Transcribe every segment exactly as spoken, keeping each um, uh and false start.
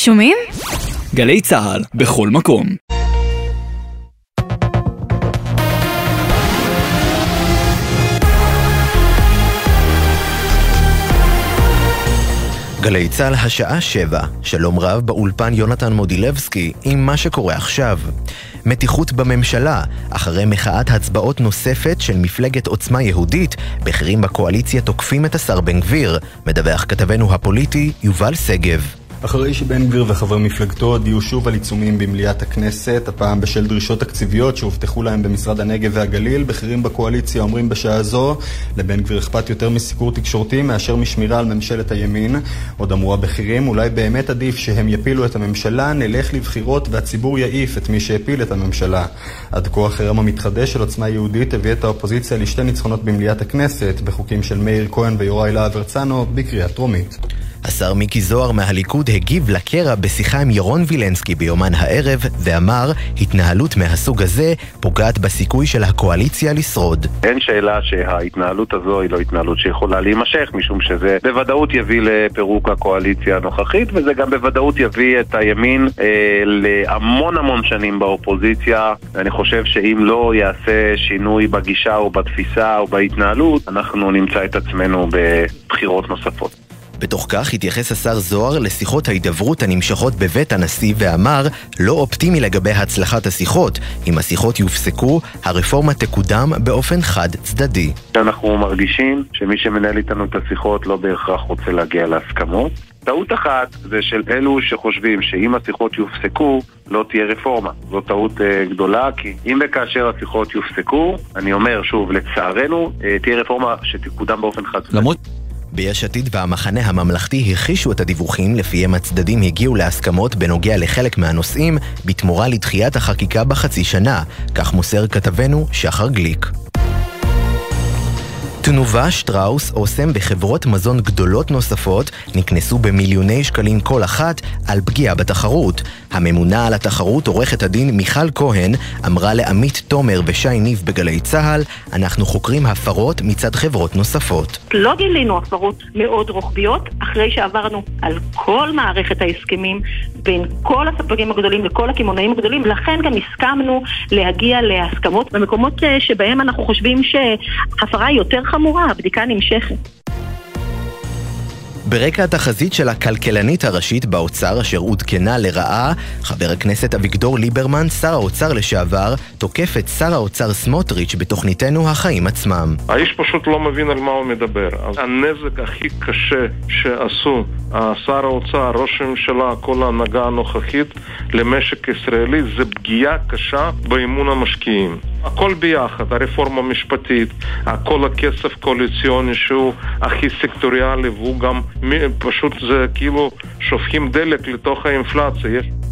שומעים? גלי צהל, בכל מקום. גלי צהל השעה שבע, שלום רב באולפן יונתן מודילבסקי עם מה שקורה עכשיו. מתיחות בממשלה, אחרי מחאת הצבעות נוספת של מפלגת עוצמה יהודית, בכירים בקואליציה תוקפים את השר בן גביר, מדווח כתבנו הפוליטי יובל סגב. אחרי שבן גביר וחברי מפלגתו הודיעו שוב על עיצומים במליאת הכנסת, הפעם בשל דרישות תקציביות שהובטחו להם במשרד הנגב והגליל, בכירים בקואליציה אומרים בשעה זו, לבן גביר אכפת יותר מסיקור תקשורתי מאשר משמירה על ממשלת הימין. עוד אמרו הבכירים, אולי באמת עדיף שהם יפילו את הממשלה, נלך לבחירות והציבור יעיף את מי שהפיל את הממשלה. עד כה החרם המתחדש של עוצמה יהודית הביא את האופוזיציה לשתי ניצחונות במליאת הכנסת, בחוקים של מאיר כהן ויוראי להב הרצנו בקריאה טרומית. השר מיקי זוהר מהליכוד הגיב לקרע בשיחה עם ירון וילנסקי ביומן הערב ואמר, התנהלות מהסוג הזה פוגעת בסיכוי של הקואליציה לשרוד. אין שאלה שההתנהלות הזו היא לא התנהלות שיכולה להימשך, משום שזה בוודאות יביא לפירוק הקואליציה הנוכחית, וזה גם בוודאות יביא את הימין אה, להמון המון שנים באופוזיציה. אני חושב שאם לא יעשה שינוי בגישה או בתפיסה או בהתנהלות, אנחנו נמצא את עצמנו בבחירות נוספות. בתוך כך התייחס השר זוהר לשיחות ההידברות הנמשכות בבית הנשיא ואמר, לא אופטימי לגבי הצלחת השיחות. אם השיחות יופסקו, הרפורמה תקודם באופן חד צדדי. אנחנו מרגישים שמי שמנהל איתנו את השיחות לא בהכרח רוצה להגיע להסכמות. טעות אחת זה של אלו שחושבים שאם השיחות יופסקו לא תהיה רפורמה. זו טעות uh, גדולה, כי אם וכאשר השיחות יופסקו, אני אומר שוב, לצערנו, uh, תהיה רפורמה שתקודם באופן חד צדדי. למרות... ביש עתיד והמחנה הממלכתי הכחישו את הדיווחים לפיהם הצדדים הגיעו להסכמות בנוגע לחלק מהנושאים בתמורה לדחיית החקיקה בחצי שנה, כך מוסר כתבנו שחר גליק. תנובה, שטראוס, אוסם וחברות מזון גדולות נוספות נקנסו במיליוני שקלים כל אחת על פגיעה בתחרות. הממונה על התחרות, עורכת הדין מיכל כהן, אמרה לעמית תומר בשי ניב בגלי צהל, אנחנו חוקרים הפרות מצד חברות נוספות. לא גילינו הפרות מאוד רוחביות, אחרי שעברנו על כל מערכת ההסכמים בין כל הספקים הגדולים לכל הכימונאים הגדולים, לכן גם הסכמנו להגיע להסכמות במקומות שבהם אנחנו חושבים שהפרה היא יותר חמורה, הבדיקה נמשכת. ברקע התחזית של הכלכלנית הראשית באוצר אשר עודכנה לרעה, חבר הכנסת אביגדור ליברמן, שר האוצר לשעבר, תוקף את שר האוצר סמוטריץ' בתוכניתנו החיים עצמם. האיש פשוט לא מבין על מה הוא מדבר. הנזק הכי קשה שעשו שר האוצר, ראש הממשלה, כל ההנהגה הנוכחית למשק ישראלי זה פגיעה קשה באמון המשקיעים. הכל ביחד, הרפורמה המשפטית, כל הכסף קואליציוני שהוא הכי סקטוריאלי, והוא גם פשוט זה כאילו שופכים דלק לתוך האינפלציה.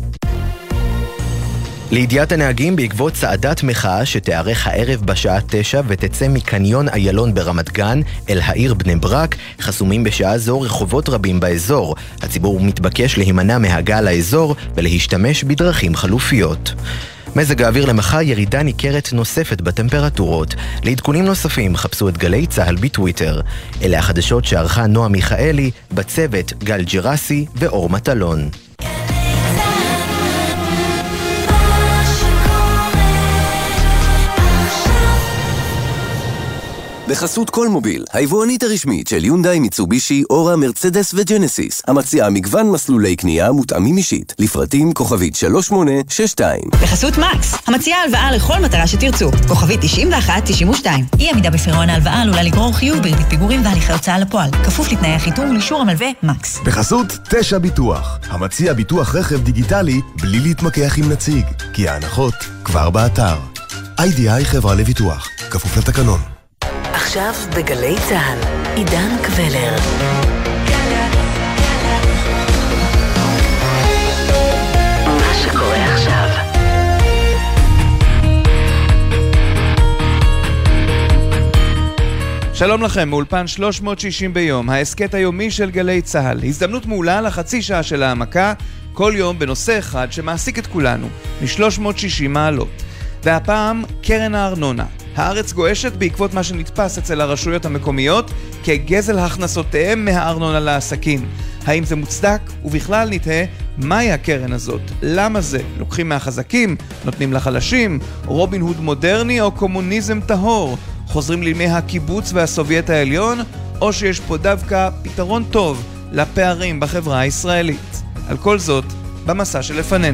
לידיעת הנהגים, בעקבות צעדת מחאה שתארך הערב בשעה תשע ותצא מקניון איילון ברמת גן אל העיר בני ברק, חסומים בשעה זו רחובות רבים באזור. הציבור מתבקש להימנע מהגעה לאזור ולהשתמש בדרכים חלופיות. מזג האוויר למחר, ירידה ניכרת נוספת בטמפרטורות. לעדכונים נוספים חפשו את גלי צהל בטוויטר. אלה החדשות שערכה נועה מיכאלי, בצוות גל ג'רסי ואור מטלון. בחסות כל מוביל, היבואנית הרשמית של יונדאי, מיצובישי, אורה, מרצדס וג'נסיס, המציעה מגוון מסלולי קנייה מותאמים אישית, לפרטים כוכבית שלוש שמונה שש שתיים. בחסות מקס, המציעה הלוואה לכל מטרה שתרצו, כוכבית תשעים ואחת תשעים ושתיים. אי עמידה בפירעון ההלוואה עלולה לגרור חיוב בריבית פיגורים והליכי הוצאה לפועל, כפוף לתנאי החיתום ולאישור המלווה מקס. בחסות תשע ביטוח, המציע ביטוח רכב דיגיטלי בלי להתמקח עם נציג, כי ההנחות כבר באתר. איי די איי חברה לביטוח, כפוף לתקנון. עכשיו בגלי צהל, עידן קבלר. מה שקורה עכשיו. שלום לכם, מאולפן שלוש מאות שישים ביום, העסקת היומי של גלי צהל. הזדמנות מעולה לחצי שעה של העמקה, כל יום בנושא אחד שמעסיק את כולנו, מ-שלוש מאות ושישים מעלות. והפעם קרן הארנונה. הארץ גועשת בעקבות מה שנתפס אצל הרשויות המקומיות כגזל הכנסותיהם מהארנונה לעסקים. האם זה מוצדק? ובכלל נתהה מהי הקרן הזאת? למה זה? לוקחים מהחזקים, נותנים לחלשים, רובין הוד מודרני או קומוניזם טהור? חוזרים לימי הקיבוץ והסובייט העליון, או שיש פה דווקא פתרון טוב לפערים בחברה הישראלית? על כל זאת, במסע שלפנינו.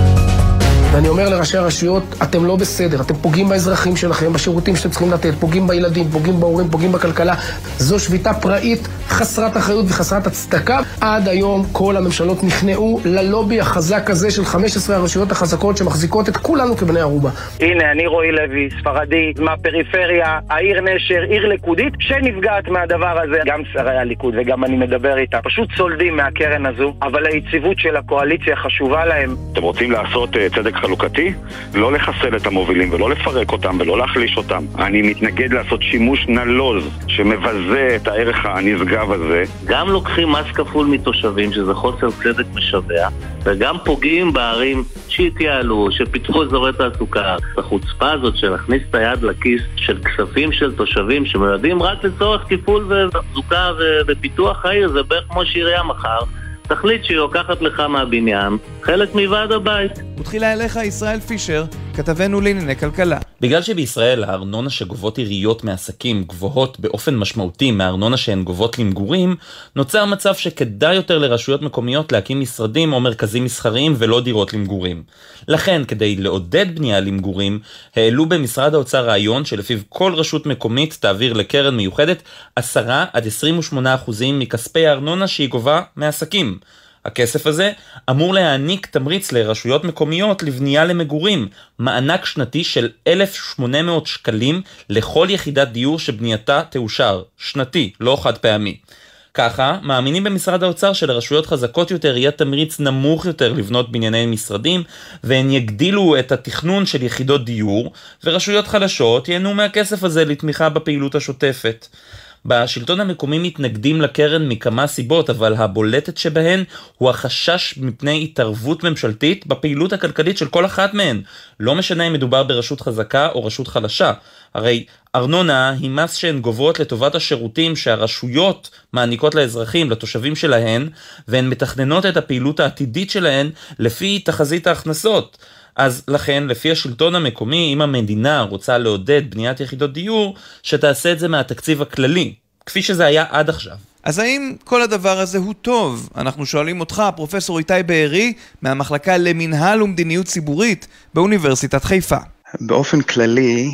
ואני אומר לראשי הרשויות, אתם לא בסדר, אתם פוגעים באזרחים שלכם, בשירותים שאתם צריכים לתת, פוגעים בילדים, פוגעים בהורים, פוגעים בכלכלה. זו שביתה פראית, חסרת אחריות וחסרת הצדקה. עד היום כל הממשלות נכנעו ללובי החזק הזה של חמש עשרה הרשויות החזקות שמחזיקות את כולנו כבני ערובה. הנה, אני רועי לוי, ספרדי, מהפריפריה, העיר נשר, עיר ליכודית, שנפגעת מהדבר הזה. גם שרי הליכוד וגם אני מדבר איתה, פשוט צולדים מהקרן הזו, אבל היציבות של הקואליציה חשובה להם. אתם רוצים לעשות uh, צדק חלוקתי? לא לחסל את המובילים ולא לפרק אותם ולא להחליש אותם. אני מתנגד לעשות שימוש נלוז שמבזה את הערך הנשגב הזה. גם לוקחים מס כפול מתושבים, שזה חוסר צדק משווה, וגם פוגעים בערים שהתייעלו, שפיתחו אזורי תעסוקה. החוצפה הזאת של להכניס את היד לכיס של כספים של תושבים שמיועדים רק לצורך טיפול ותחזוקה ופיתוח העיר, זה בערך כמו שעירייה מחר תחליט שהיא לוקחת לך מהבניין חלק מוועד הבית. ותחילה אליך ישראל פישר, כתבנו לענייני כלכלה. בגלל שבישראל הארנונה שגובות עיריות מעסקים גבוהות באופן משמעותי מהארנונה שהן גובות למגורים, נוצר מצב שכדאי יותר לרשויות מקומיות להקים משרדים או מרכזים מסחריים ולא דירות למגורים. לכן, כדי לעודד בנייה למגורים, העלו במשרד האוצר רעיון שלפיו כל רשות מקומית תעביר לקרן מיוחדת עשרה עד עשרים ושמונה אחוזים מכספי הארנונה שהיא גובה מעסקים. הכסף הזה אמור להעניק תמריץ לרשויות מקומיות לבנייה למגורים, מענק שנתי של אלף ושמונה מאות שקלים לכל יחידת דיור שבנייתה תאושר, שנתי, לא חד פעמי. ככה, מאמינים במשרד האוצר שלרשויות חזקות יותר יהיה תמריץ נמוך יותר לבנות בנייני משרדים, והן יגדילו את התכנון של יחידות דיור, ורשויות חלשות ייהנו מהכסף הזה לתמיכה בפעילות השוטפת. בשלטון המקומי מתנגדים לקרן מכמה סיבות, אבל הבולטת שבהן הוא החשש מפני התערבות ממשלתית בפעילות הכלכלית של כל אחת מהן. לא משנה אם מדובר ברשות חזקה או רשות חלשה. הרי ארנונה היא מס שהן גוברות לטובת השירותים שהרשויות מעניקות לאזרחים, לתושבים שלהן, והן מתכננות את הפעילות העתידית שלהן לפי תחזית ההכנסות. אז לכן, לפי השלטון המקומי, אם המדינה רוצה לעודד בניית יחידות דיור, שתעשה את זה מהתקציב הכללי, כפי שזה היה עד עכשיו. אז האם כל הדבר הזה הוא טוב? אנחנו שואלים אותך, פרופסור איתי בארי, מהמחלקה למנהל ומדיניות ציבורית באוניברסיטת חיפה. באופן כללי,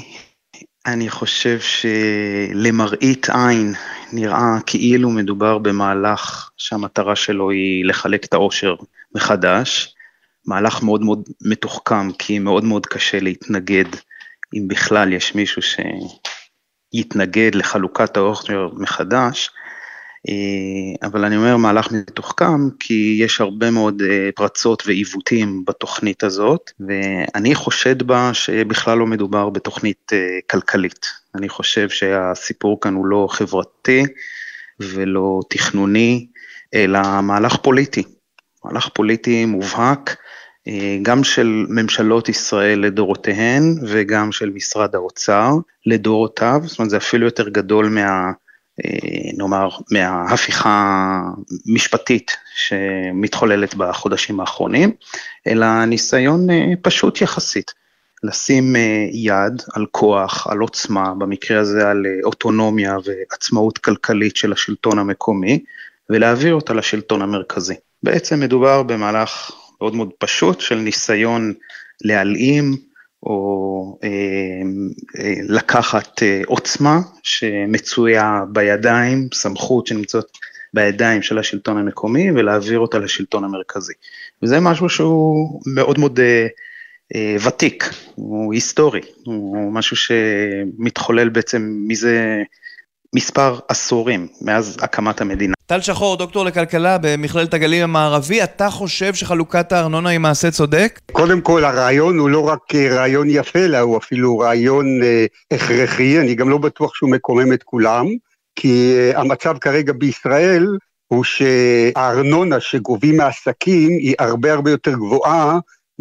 אני חושב שלמראית עין נראה כאילו מדובר במהלך שהמטרה שלו היא לחלק את העושר מחדש, מהלך מאוד מאוד מתוחכם, כי מאוד מאוד קשה להתנגד, אם בכלל יש מישהו שיתנגד לחלוקת העושר מחדש, אבל אני אומר מהלך מתוחכם, כי יש הרבה מאוד פרצות ועיוותים בתוכנית הזאת, ואני חושד בה שבכלל לא מדובר בתוכנית כלכלית. אני חושב שהסיפור כאן הוא לא חברתי ולא תכנוני, אלא מהלך פוליטי. מהלך פוליטי מובהק, גם של ממשלות ישראל לדורותיהן, וגם של משרד האוצר לדורותיו, זאת אומרת זה אפילו יותר גדול מה, נאמר, מההפיכה המשפטית שמתחוללת בחודשים האחרונים, אלא ניסיון פשוט יחסית, לשים יד על כוח, על עוצמה, במקרה הזה על אוטונומיה ועצמאות כלכלית של השלטון המקומי, ולהעביר אותה לשלטון המרכזי. בעצם מדובר במהלך מאוד מאוד פשוט של ניסיון להלאים או אה, אה, לקחת אה, עוצמה שמצויה בידיים, סמכות שנמצאת בידיים של השלטון המקומי ולהעביר אותה לשלטון המרכזי. וזה משהו שהוא מאוד מאוד אה, אה, ותיק, הוא היסטורי, הוא משהו שמתחולל בעצם מזה מספר עשורים מאז הקמת המדינה. טל שחור, דוקטור לכלכלה במכללת הגליל המערבי, אתה חושב שחלוקת הארנונה היא מעשה צודק? קודם כל, הרעיון הוא לא רק רעיון יפה, אלא הוא אפילו רעיון אה, הכרחי, אני גם לא בטוח שהוא מקומם את כולם, כי אה, המצב כרגע בישראל הוא שהארנונה שגובים מהעסקים היא הרבה הרבה יותר גבוהה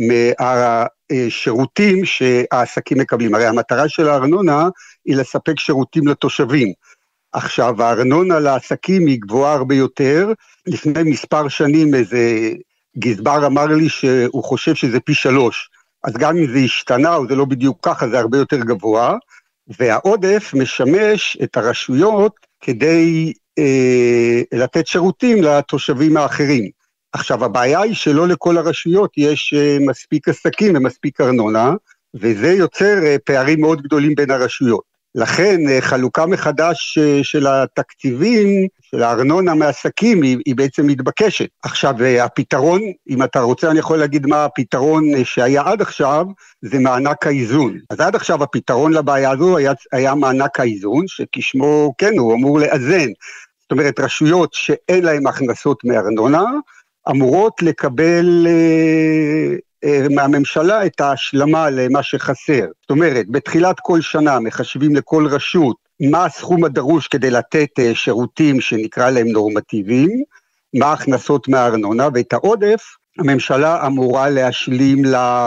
מהשירותים שהעסקים מקבלים. הרי המטרה של הארנונה היא לספק שירותים לתושבים. עכשיו, הארנונה לעסקים היא גבוהה הרבה יותר. לפני מספר שנים איזה גזבר אמר לי שהוא חושב שזה פי שלוש, אז גם אם זה השתנה או זה לא בדיוק ככה, זה הרבה יותר גבוה, והעודף משמש את הרשויות כדי אה, לתת שירותים לתושבים האחרים. עכשיו, הבעיה היא שלא לכל הרשויות יש אה, מספיק עסקים ומספיק ארנונה, וזה יוצר אה, פערים מאוד גדולים בין הרשויות. לכן חלוקה מחדש של התקציבים, של הארנונה מעסקים, היא, היא בעצם מתבקשת. עכשיו, הפתרון, אם אתה רוצה, אני יכול להגיד מה הפתרון שהיה עד עכשיו, זה מענק האיזון. אז עד עכשיו הפתרון לבעיה הזו היה, היה מענק האיזון, שכשמו, כן, הוא אמור לאזן. זאת אומרת, רשויות שאין להן הכנסות מארנונה, אמורות לקבל אה, אה, מהממשלה את ההשלמה למה שחסר. זאת אומרת, בתחילת כל שנה מחשבים לכל רשות מה הסכום הדרוש כדי לתת אה, שירותים שנקרא להם נורמטיביים, מה ההכנסות מהארנונה, ואת העודף הממשלה אמורה להשלים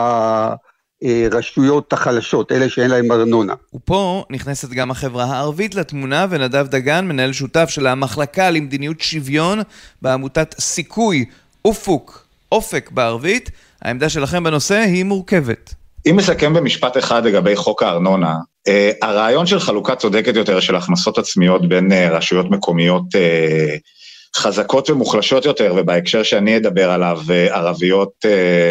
לרשויות החלשות, אלה שאין להם ארנונה. ופה נכנסת גם החברה הערבית לתמונה, ונדב דגן, מנהל שותף של המחלקה למדיניות שוויון בעמותת סיכוי, אופוק, אופק בערבית. העמדה שלכם בנושא היא מורכבת. אם מסכם במשפט אחד לגבי חוק הארנונה, הרעיון של חלוקה צודקת יותר של הכנסות עצמיות בין רשויות מקומיות חזקות ומוחלשות יותר, ובהקשר שאני אדבר עליו, ערביות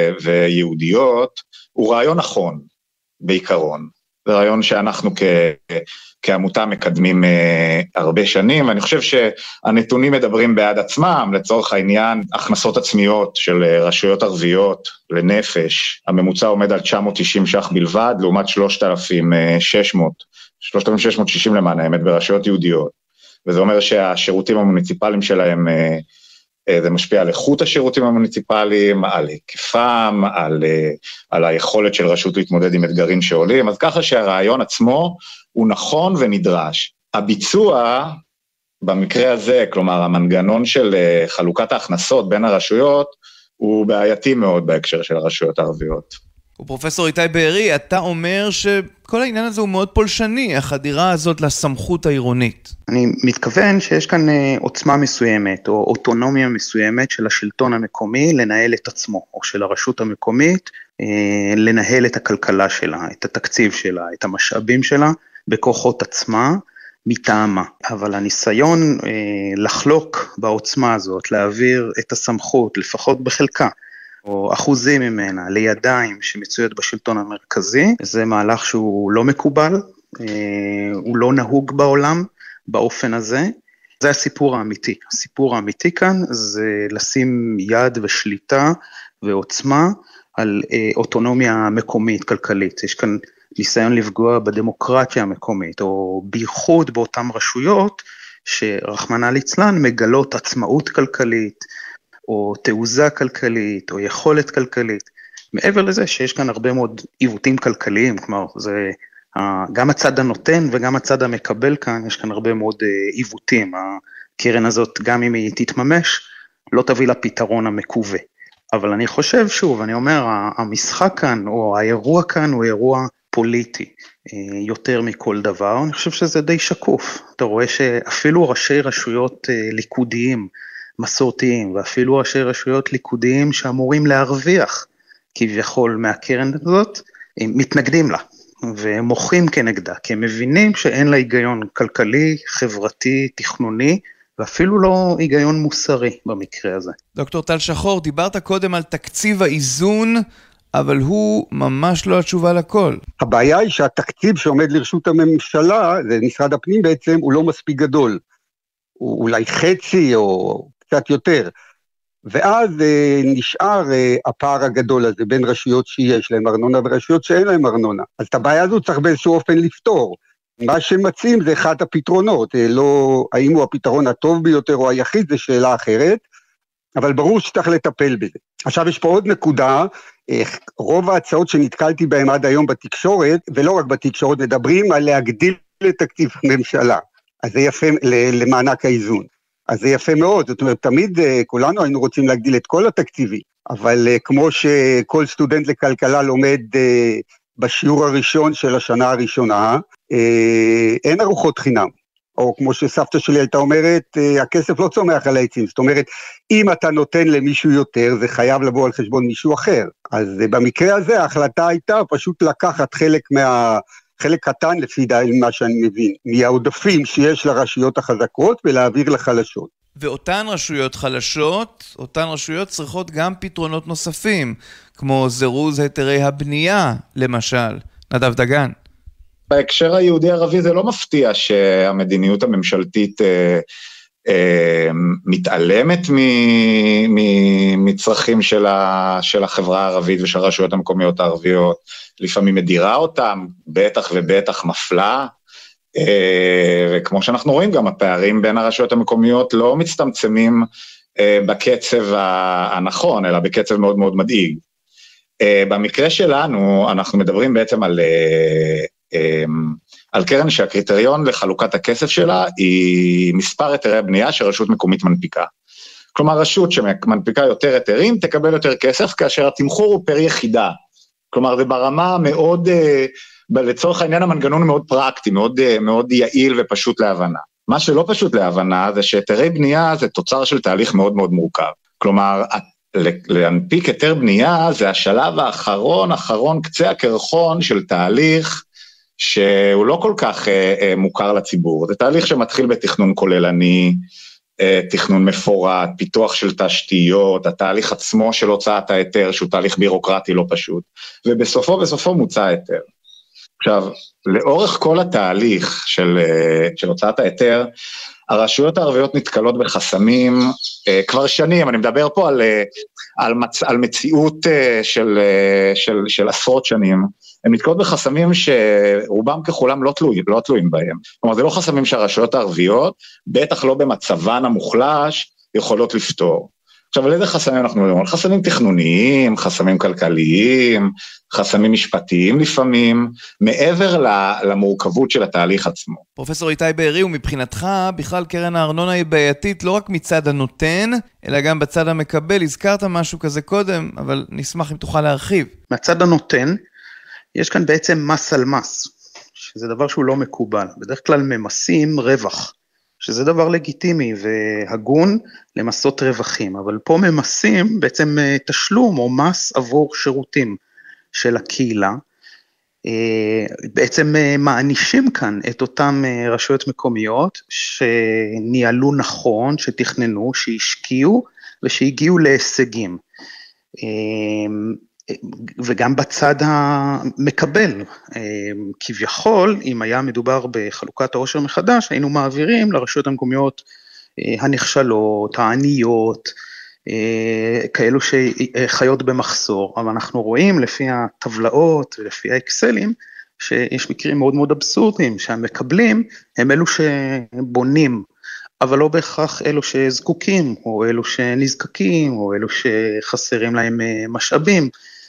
ויהודיות, הוא רעיון נכון בעיקרון. זה רעיון שאנחנו כ... כעמותה מקדמים uh, הרבה שנים, ואני חושב שהנתונים מדברים בעד עצמם, לצורך העניין, הכנסות עצמיות של uh, רשויות ערביות לנפש, הממוצע עומד על תשע מאות תשעים ש"ח בלבד, לעומת שלושת אלפים ושש מאות, שלושת אלפים ושש מאות שישים למען האמת ברשויות יהודיות, וזה אומר שהשירותים המוניציפליים שלהם, uh, uh, זה משפיע על איכות השירותים המוניציפליים, על היקפם, על, uh, על היכולת של רשות להתמודד עם אתגרים שעולים, אז ככה שהרעיון עצמו, הוא נכון ונדרש. הביצוע, במקרה הזה, כלומר, המנגנון של חלוקת ההכנסות בין הרשויות, הוא בעייתי מאוד בהקשר של הרשויות הערביות. ופרופסור איתי בארי, אתה אומר שכל העניין הזה הוא מאוד פולשני, החדירה הזאת לסמכות העירונית. אני מתכוון שיש כאן עוצמה מסוימת, או אוטונומיה מסוימת של השלטון המקומי לנהל את עצמו, או של הרשות המקומית לנהל את הכלכלה שלה, את התקציב שלה, את המשאבים שלה, בכוחות עצמה, מטעמה. אבל הניסיון אה, לחלוק בעוצמה הזאת, להעביר את הסמכות, לפחות בחלקה, או אחוזים ממנה, לידיים שמצויות בשלטון המרכזי, זה מהלך שהוא לא מקובל, אה, הוא לא נהוג בעולם, באופן הזה. זה הסיפור האמיתי. הסיפור האמיתי כאן זה לשים יד ושליטה ועוצמה על אה, אוטונומיה מקומית, כלכלית. יש כאן ניסיון לפגוע בדמוקרטיה המקומית, או בייחוד באותן רשויות, שרחמנא ליצלן מגלות עצמאות כלכלית, או תעוזה כלכלית, או יכולת כלכלית. מעבר לזה שיש כאן הרבה מאוד עיוותים כלכליים, כלומר, זה גם הצד הנותן וגם הצד המקבל כאן, יש כאן הרבה מאוד עיוותים. הקרן הזאת, גם אם היא תתממש, לא תביא לפתרון המקווה. אבל אני חושב, שוב, אני אומר, המשחק כאן, או האירוע כאן, הוא אירוע פוליטי, יותר מכל דבר. אני חושב שזה די שקוף. אתה רואה שאפילו ראשי רשויות ליכודיים, מסורתיים, ואפילו ראשי רשויות ליכודיים שאמורים להרוויח כביכול מהקרן הזאת, הם מתנגדים לה, והם מוחים כנגדה, כי הם מבינים שאין לה היגיון כלכלי, חברתי, תכנוני, ואפילו לא היגיון מוסרי במקרה הזה. דוקטור טל שחור, דיברת קודם על תקציב האיזון, אבל הוא ממש לא התשובה לכל. הבעיה היא שהתקציב שעומד לרשות הממשלה, זה משרד הפנים בעצם, הוא לא מספיק גדול. הוא אולי חצי או קצת יותר. ואז אה, נשאר אה, הפער הגדול הזה בין רשויות שיש להם ארנונה ורשויות שאין להם ארנונה. אז את הבעיה הזו צריך באיזשהו אופן לפתור. מה שמציעים זה אחד הפתרונות, אה, לא האם הוא הפתרון הטוב ביותר או היחיד, זה שאלה אחרת, אבל ברור שצריך לטפל בזה. עכשיו יש פה עוד נקודה, אה, רוב ההצעות שנתקלתי בהן עד היום בתקשורת, ולא רק בתקשורת, מדברים על להגדיל את תקציב הממשלה. אז זה יפה למענק האיזון. אז זה יפה מאוד, זאת אומרת, תמיד כולנו היינו רוצים להגדיל את כל התקציבי, אבל כמו שכל סטודנט לכלכלה לומד בשיעור הראשון של השנה הראשונה, אין ארוחות חינם. או כמו שסבתא שלי הייתה אומרת, הכסף לא צומח על העצים, זאת אומרת, אם אתה נותן למישהו יותר, זה חייב לבוא על חשבון מישהו אחר. אז במקרה הזה ההחלטה הייתה פשוט לקחת חלק מה... חלק קטן לפי די מה שאני מבין, מהעודפים שיש לרשויות החזקות ולהעביר לחלשות. ואותן רשויות חלשות, אותן רשויות צריכות גם פתרונות נוספים, כמו זירוז היתרי הבנייה, למשל. נדב דגן. בהקשר היהודי-ערבי זה לא מפתיע שהמדיניות הממשלתית אה, אה, מתעלמת מצרכים של, ה, של החברה הערבית ושל הרשויות המקומיות הערביות, לפעמים מדירה אותם, בטח ובטח מפלה, וכמו שאנחנו רואים גם הפערים בין הרשויות המקומיות לא מצטמצמים בקצב הנכון, אלא בקצב מאוד מאוד מדאיג. במקרה שלנו אנחנו מדברים בעצם על, על קרן שהקריטריון לחלוקת הכסף שלה היא מספר היתרי הבנייה שרשות מקומית מנפיקה. כלומר רשות שמנפיקה יותר היתרים תקבל יותר כסף כאשר התמחור הוא פר יחידה. כלומר, זה ברמה מאוד, לצורך העניין המנגנון מאוד פרקטי, מאוד, מאוד יעיל ופשוט להבנה. מה שלא פשוט להבנה זה שהיתרי בנייה זה תוצר של תהליך מאוד מאוד מורכב. כלומר, להנפיק היתר בנייה זה השלב האחרון, אחרון קצה הקרחון של תהליך שהוא לא כל כך מוכר לציבור. זה תהליך שמתחיל בתכנון כוללני, תכנון מפורט, פיתוח של תשתיות, התהליך עצמו של הוצאת ההיתר, שהוא תהליך בירוקרטי לא פשוט, ובסופו בסופו מוצא ההיתר. עכשיו, לאורך כל התהליך של, של הוצאת ההיתר, הרשויות הערביות נתקלות בחסמים כבר שנים, אני מדבר פה על, על, מצ, על מציאות של, של, של עשרות שנים, הם נתקלות בחסמים שרובם ככולם לא תלויים, לא תלויים בהם. כלומר, זה לא חסמים שהרשויות הערביות, בטח לא במצבן המוחלש, יכולות לפתור. עכשיו, על איזה חסמים אנחנו מדברים? על חסמים תכנוניים, חסמים כלכליים, חסמים משפטיים לפעמים, מעבר למורכבות של התהליך עצמו. פרופסור איתי בארי, ומבחינתך, בכלל קרן הארנונה היא בעייתית לא רק מצד הנותן, אלא גם בצד המקבל. הזכרת משהו כזה קודם, אבל נשמח אם תוכל להרחיב. מהצד הנותן, יש כאן בעצם מס על מס, שזה דבר שהוא לא מקובל. בדרך כלל ממסים רווח, שזה דבר לגיטימי והגון למסות רווחים, אבל פה ממסים בעצם תשלום או מס עבור שירותים של הקהילה, בעצם מענישים כאן את אותם רשויות מקומיות שניהלו נכון, שתכננו, שהשקיעו ושהגיעו להישגים. וגם בצד המקבל, כביכול, אם היה מדובר בחלוקת העושר מחדש, היינו מעבירים לרשויות המקומיות הנכשלות, העניות, כאלו שחיות במחסור, אבל אנחנו רואים לפי הטבלאות ולפי האקסלים, שיש מקרים מאוד מאוד אבסורדיים, שהמקבלים הם אלו שבונים, אבל לא בהכרח אלו שזקוקים, או אלו שנזקקים, או אלו שחסרים להם משאבים.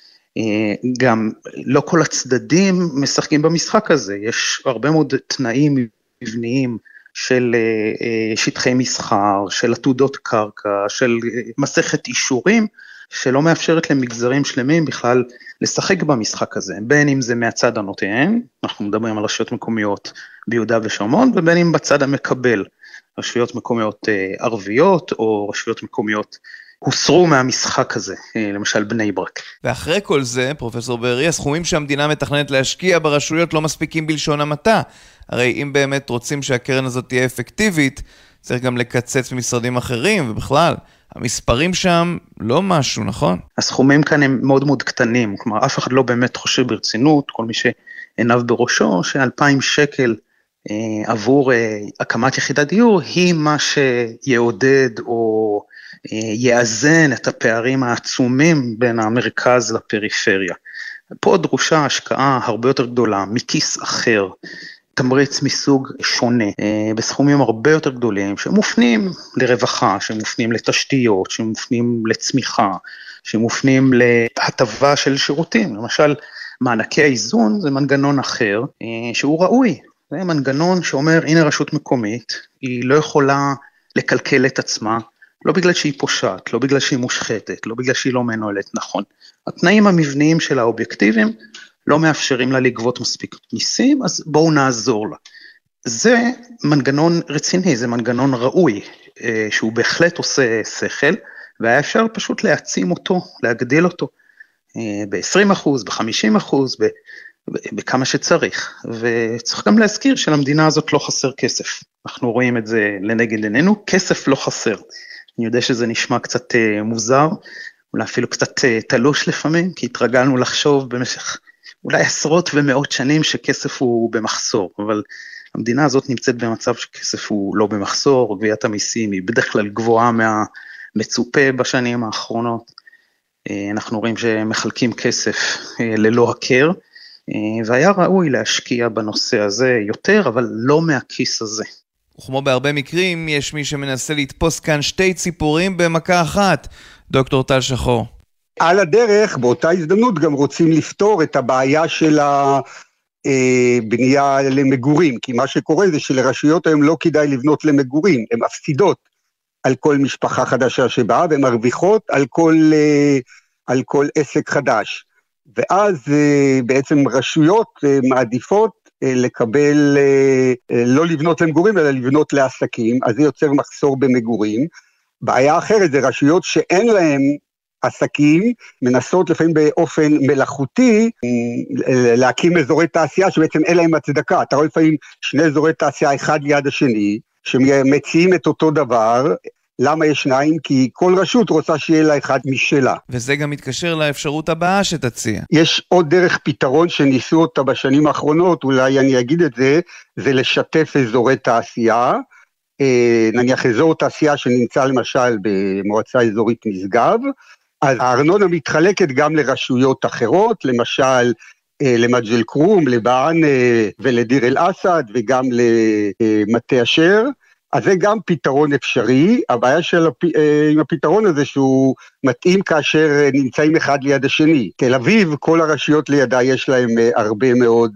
גם לא כל הצדדים משחקים במשחק הזה, יש הרבה מאוד תנאים מבניים של שטחי מסחר, של עתודות קרקע, של מסכת אישורים, שלא מאפשרת למגזרים שלמים בכלל לשחק במשחק הזה, בין אם זה מהצד הנותן, אנחנו מדברים על רשויות מקומיות ביהודה ושומרון, ובין אם בצד המקבל, רשויות מקומיות ערביות, או רשויות מקומיות הוסרו מהמשחק הזה, למשל בני ברק. ואחרי כל זה, פרופסור בארי, הסכומים שהמדינה מתכננת להשקיע ברשויות לא מספיקים בלשון המעטה. הרי אם באמת רוצים שהקרן הזאת תהיה אפקטיבית, צריך גם לקצץ במשרדים אחרים, ובכלל, המספרים שם לא משהו, נכון? הסכומים כאן הם מאוד מאוד קטנים, כלומר, אף אחד לא באמת חושב ברצינות, כל מי שעיניו בראשו, שאלפיים שקל אה, עבור אה, הקמת יחידת דיור, היא מה שיעודד או אה, יאזן את הפערים העצומים בין המרכז לפריפריה. פה דרושה השקעה הרבה יותר גדולה, מכיס אחר, תמריץ מסוג שונה, בסכומים הרבה יותר גדולים, שמופנים לרווחה, שמופנים לתשתיות, שמופנים לצמיחה, שמופנים להטבה של שירותים. למשל, מענקי האיזון זה מנגנון אחר, שהוא ראוי. זה מנגנון שאומר, הנה רשות מקומית, היא לא יכולה לקלקל את עצמה, לא בגלל שהיא פושעת, לא בגלל שהיא מושחתת, לא בגלל שהיא לא מנוהלת נכון. התנאים המבניים שלה האובייקטיביים, לא מאפשרים לה לגבות מספיק מיסים, אז בואו נעזור לה. זה מנגנון רציני, זה מנגנון ראוי, שהוא בהחלט עושה שכל, והיה אפשר פשוט להעצים אותו, להגדיל אותו, ב-עשרים אחוז, ב-חמישים אחוז, בכמה שצריך, וצריך גם להזכיר שלמדינה הזאת לא חסר כסף, אנחנו רואים את זה לנגד עינינו, כסף לא חסר, אני יודע שזה נשמע קצת מוזר, אולי אפילו קצת תלוש לפעמים, כי התרגלנו לחשוב במשך אולי עשרות ומאות שנים שכסף הוא במחסור, אבל המדינה הזאת נמצאת במצב שכסף הוא לא במחסור, גביית המיסים היא בדרך כלל גבוהה מהמצופה בשנים האחרונות, אנחנו רואים שמחלקים כסף ללא הכר, והיה ראוי להשקיע בנושא הזה יותר, אבל לא מהכיס הזה. וכמו בהרבה מקרים, יש מי שמנסה לתפוס כאן שתי ציפורים במכה אחת, דוקטור טל שחור. על הדרך, באותה הזדמנות, גם רוצים לפתור את הבעיה של הבנייה למגורים, כי מה שקורה זה שלרשויות היום לא כדאי לבנות למגורים, הן מפסידות על כל משפחה חדשה שבאה, והן מרוויחות על כל, על כל עסק חדש. ואז בעצם רשויות מעדיפות לקבל, לא לבנות למגורים, אלא לבנות לעסקים, אז זה יוצר מחסור במגורים. בעיה אחרת זה רשויות שאין להן עסקים, מנסות לפעמים באופן מלאכותי, להקים אזורי תעשייה שבעצם אין להם הצדקה. אתה רואה לפעמים שני אזורי תעשייה אחד ליד השני, שמציעים את אותו דבר, למה יש שניים? כי כל רשות רוצה שיהיה לה אחד משלה. וזה גם מתקשר לאפשרות הבאה שתציע. יש עוד דרך פתרון שניסו אותה בשנים האחרונות, אולי אני אגיד את זה, זה לשתף אזורי תעשייה, נניח אזור תעשייה שנמצא למשל במועצה אזורית משגב, אז הארנונה מתחלקת גם לרשויות אחרות, למשל למג'ל קרום, לבען ולדיר אל אסד וגם למטה אשר, אז זה גם פתרון אפשרי, הבעיה של הפ... עם הפתרון הזה שהוא מתאים כאשר נמצאים אחד ליד השני. תל אביב, כל הרשויות לידה יש להם הרבה מאוד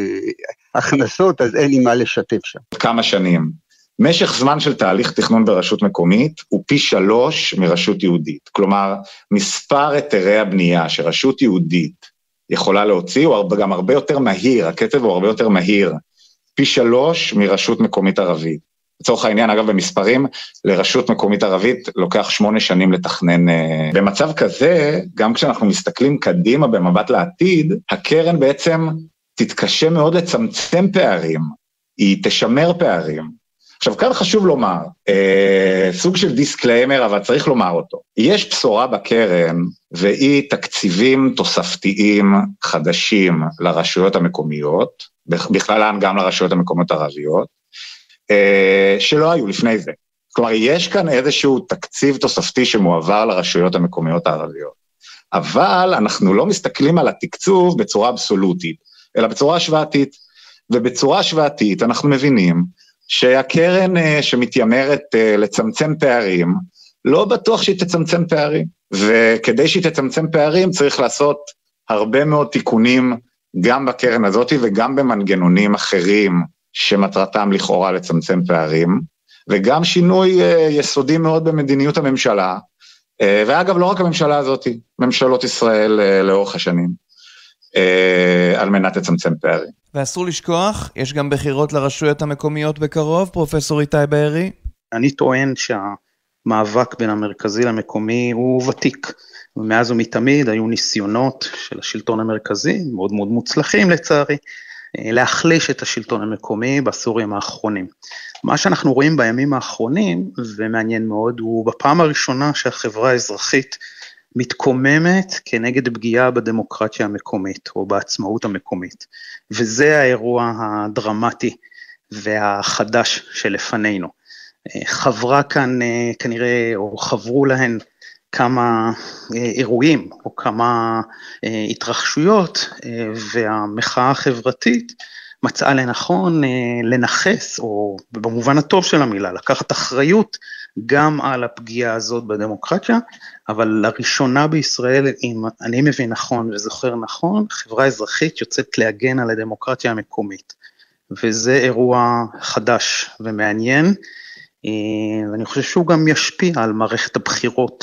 הכנסות, אז אין לי מה לשתף שם. כמה שנים. משך זמן של תהליך תכנון ברשות מקומית הוא פי שלוש מרשות יהודית. כלומר, מספר היתרי הבנייה שרשות יהודית יכולה להוציא, הוא גם הרבה יותר מהיר, הקצב הוא הרבה יותר מהיר, פי שלוש מרשות מקומית ערבית. לצורך העניין, אגב, במספרים, לרשות מקומית ערבית לוקח שמונה שנים לתכנן. במצב כזה, גם כשאנחנו מסתכלים קדימה במבט לעתיד, הקרן בעצם תתקשה מאוד לצמצם פערים, היא תשמר פערים. עכשיו, כאן חשוב לומר, אה, סוג של דיסקליימר, אבל צריך לומר אותו. יש בשורה בקרן, והיא תקציבים תוספתיים חדשים לרשויות המקומיות, בכללן גם לרשויות המקומיות הערביות, אה, שלא היו לפני זה. כלומר, יש כאן איזשהו תקציב תוספתי שמועבר לרשויות המקומיות הערביות. אבל אנחנו לא מסתכלים על התקצוב בצורה אבסולוטית, אלא בצורה השוואתית. ובצורה השוואתית אנחנו מבינים, שהקרן שמתיימרת לצמצם פערים, לא בטוח שהיא תצמצם פערים, וכדי שהיא תצמצם פערים צריך לעשות הרבה מאוד תיקונים, גם בקרן הזאת וגם במנגנונים אחרים, שמטרתם לכאורה לצמצם פערים, וגם שינוי יסודי מאוד במדיניות הממשלה, ואגב לא רק הממשלה הזאת, ממשלות ישראל לאורך השנים, על מנת לצמצם פערים. ואסור לשכוח, יש גם בחירות לרשויות המקומיות בקרוב, פרופסור איתי בארי? אני טוען שהמאבק בין המרכזי למקומי הוא ותיק, ומאז ומתמיד היו ניסיונות של השלטון המרכזי, מאוד מאוד מוצלחים לצערי, להחליש את השלטון המקומי בעשורים האחרונים. מה שאנחנו רואים בימים האחרונים, ומעניין מאוד, הוא בפעם הראשונה שהחברה האזרחית מתקוממת כנגד פגיעה בדמוקרטיה המקומית, או בעצמאות המקומית. וזה האירוע הדרמטי והחדש שלפנינו. חברה כאן כנראה, או חברו להן כמה אירועים, או כמה התרחשויות, והמחאה החברתית מצאה לנכון לנחס, או במובן הטוב של המילה, לקחת אחריות גם על הפגיעה הזאת בדמוקרטיה, אבל לראשונה בישראל, אם אני מבין נכון וזוכר נכון, חברה אזרחית יוצאת להגן על הדמוקרטיה המקומית, וזה אירוע חדש ומעניין, ואני חושב שהוא גם ישפיע על מערכת הבחירות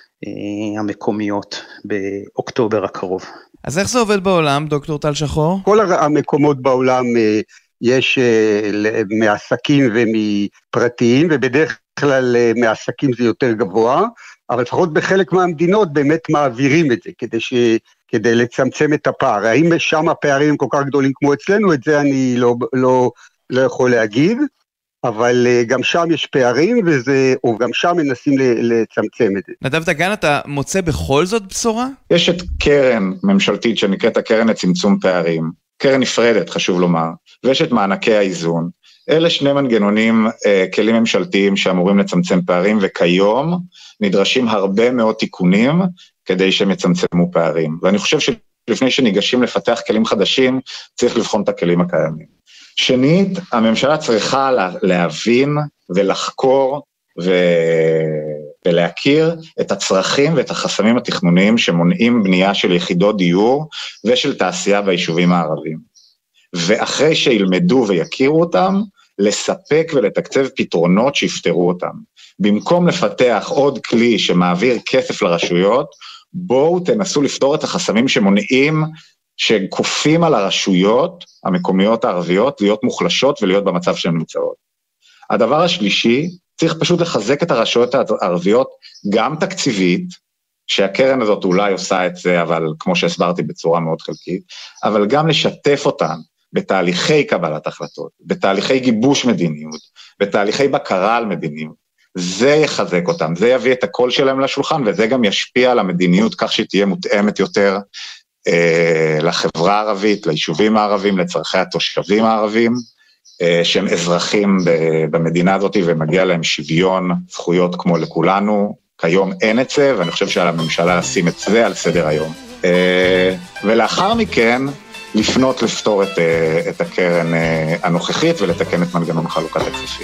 המקומיות באוקטובר הקרוב. אז איך זה עובד בעולם, דוקטור טל שחור? כל המקומות בעולם יש מעסקים ומפרטיים, ובדרך כלל מעסקים זה יותר גבוה, אבל לפחות בחלק מהמדינות באמת מעבירים את זה, כדי, ש... כדי לצמצם את הפער. האם שם הפערים הם כל כך גדולים כמו אצלנו? את זה אני לא, לא, לא יכול להגיד, אבל גם שם יש פערים, וזה, או גם שם מנסים לצמצם את זה. נדב דגן, אתה מוצא בכל זאת בשורה? יש את קרן ממשלתית שנקראת הקרן לצמצום פערים, קרן נפרדת, חשוב לומר, ויש את מענקי האיזון. אלה שני מנגנונים, כלים ממשלתיים שאמורים לצמצם פערים, וכיום נדרשים הרבה מאוד תיקונים כדי שהם יצמצמו פערים. ואני חושב שלפני שניגשים לפתח כלים חדשים, צריך לבחון את הכלים הקיימים. שנית, הממשלה צריכה להבין ולחקור ו... ולהכיר את הצרכים ואת החסמים התכנוניים שמונעים בנייה של יחידות דיור ושל תעשייה ביישובים הערבים. ואחרי שילמדו ויכירו אותם, לספק ולתקצב פתרונות שיפתרו אותם. במקום לפתח עוד כלי שמעביר כסף לרשויות, בואו תנסו לפתור את החסמים שמונעים, שכופים על הרשויות המקומיות הערביות להיות מוחלשות ולהיות במצב שהן נמצאות. הדבר השלישי, צריך פשוט לחזק את הרשויות הערביות, גם תקציבית, שהקרן הזאת אולי עושה את זה, אבל כמו שהסברתי בצורה מאוד חלקית, אבל גם לשתף אותן בתהליכי קבלת החלטות, בתהליכי גיבוש מדיניות, בתהליכי בקרה על מדיניות. זה יחזק אותם, זה יביא את הקול שלהם לשולחן, וזה גם ישפיע על המדיניות כך שתהיה מותאמת יותר אה, לחברה הערבית, ליישובים הערבים, לצרכי התושבים הערבים, אה, שהם אזרחים במדינה הזאת, ומגיע להם שוויון זכויות כמו לכולנו. כיום אין את זה, ואני חושב שעל הממשלה לשים את זה על סדר היום. אה, ולאחר מכן, לפנות לפתור את, את הקרן הנוכחית ולתקן את מנגנון חלוקת הכספים.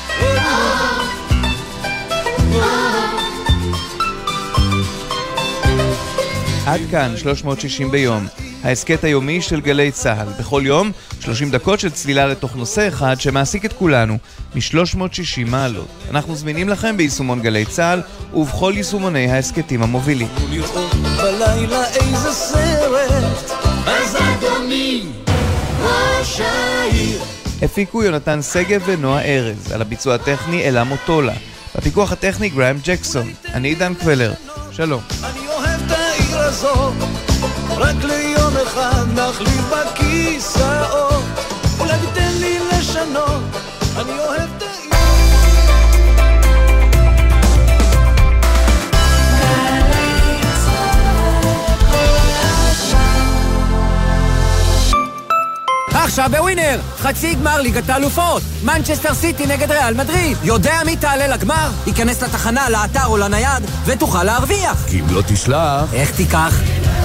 עד כאן שלוש מאות שישים ביום, ההסקט היומי של גלי צהל. בכל יום שלושים דקות של צלילה לתוך נושא אחד שמעסיק את כולנו מ-שלוש מאות שישים מעלות. אנחנו זמינים לכם ביישומון גלי צהל ובכל יישומוני ההסקטים המובילים. בלילה איזה סרט, אז אדוני ראש העיר. הפיקו יונתן סגב ונועה ארז, על הביצוע הטכני אלה מוטולה, בפיקוח הטכני גרהם ג'קסון. אני עידן קבלר, שלום. אני אוהב את העיר הזאת, רק ליום אחד נחליף בכיסאות, אולי תתן לי לשנות, אני אוהב את העיר. עכשיו בווינר, חצי גמר ליגת האלופות, מנצ'סטר סיטי נגד ריאל מדריד. יודע מי תעלה לגמר? ייכנס לתחנה, לאתר או לנייד ותוכל להרוויח. כי אם לא תשלח, איך תיקח?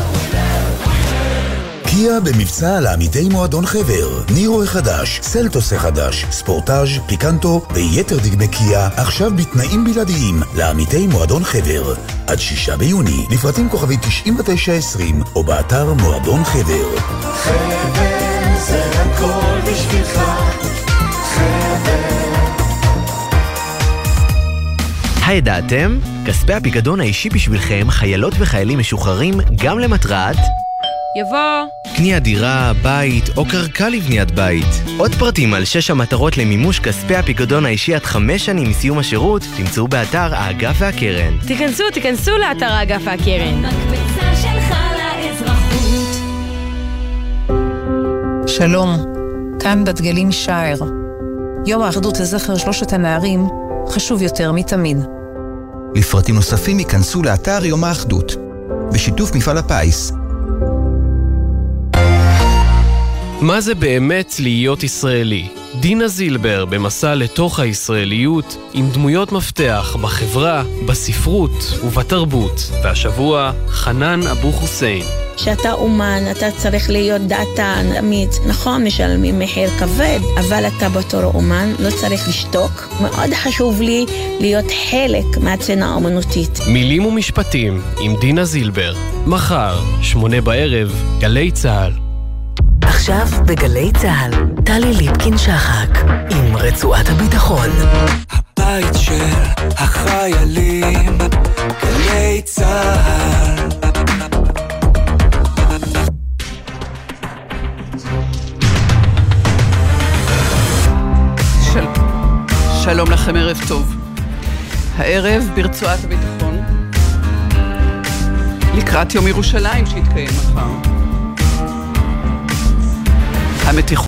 קיה במבצע לעמיתי מועדון חבר, נירו החדש, סלטוס החדש, ספורטאז', פיקנטו ויתר דגמי קיה, עכשיו בתנאים בלעדיים לעמיתי מועדון חבר. עד שישה ביוני, לפרטים כוכבי תשעים ותשע עשרים או באתר מועדון חבר. חבר זה הכל בשבילך, חבר. הידעתם? כספי הפיקדון האישי בשבילכם, חיילות וחיילים משוחררים גם למטרת יבוא קניית דירה, בית או קרקע לבניית בית. עוד פרטים על שש המטרות למימוש כספי הפיקדון האישי עד חמש שנים מסיום השירות תמצאו באתר האגף והקרן. תיכנסו, תיכנסו לאתר האגף והקרן. מקבצה שלך לאזרחות. שלום, כאן בת גלים שער. יום האחדות לזכר שלושת הנערים חשוב יותר מתמיד. לפרטים נוספים ייכנסו לאתר יום האחדות, בשיתוף מפעל הפיס. מה זה באמת להיות ישראלי? דינה זילבר במסע לתוך הישראליות עם דמויות מפתח בחברה, בספרות ובתרבות. והשבוע חנן אבו חוסיין. כשאתה אומן, אתה צריך להיות דעתן, אמיץ. נכון, משלמים מחיר כבד, אבל אתה בתור אומן לא צריך לשתוק. מאוד חשוב לי להיות חלק מהצנה האומנותית. מילים ומשפטים עם דינה זילבר. מחר, שמונה בערב, גלי צהל. עכשיו בגלי צהל, טלי ליפקין שחק עם רצועת הביטחון. הבית של החיילים, גלי צהל. שלום לכם, ערב טוב. הערב ברצועת הביטחון, לקראת יום ירושלים שיתקיים מחר. המתיחות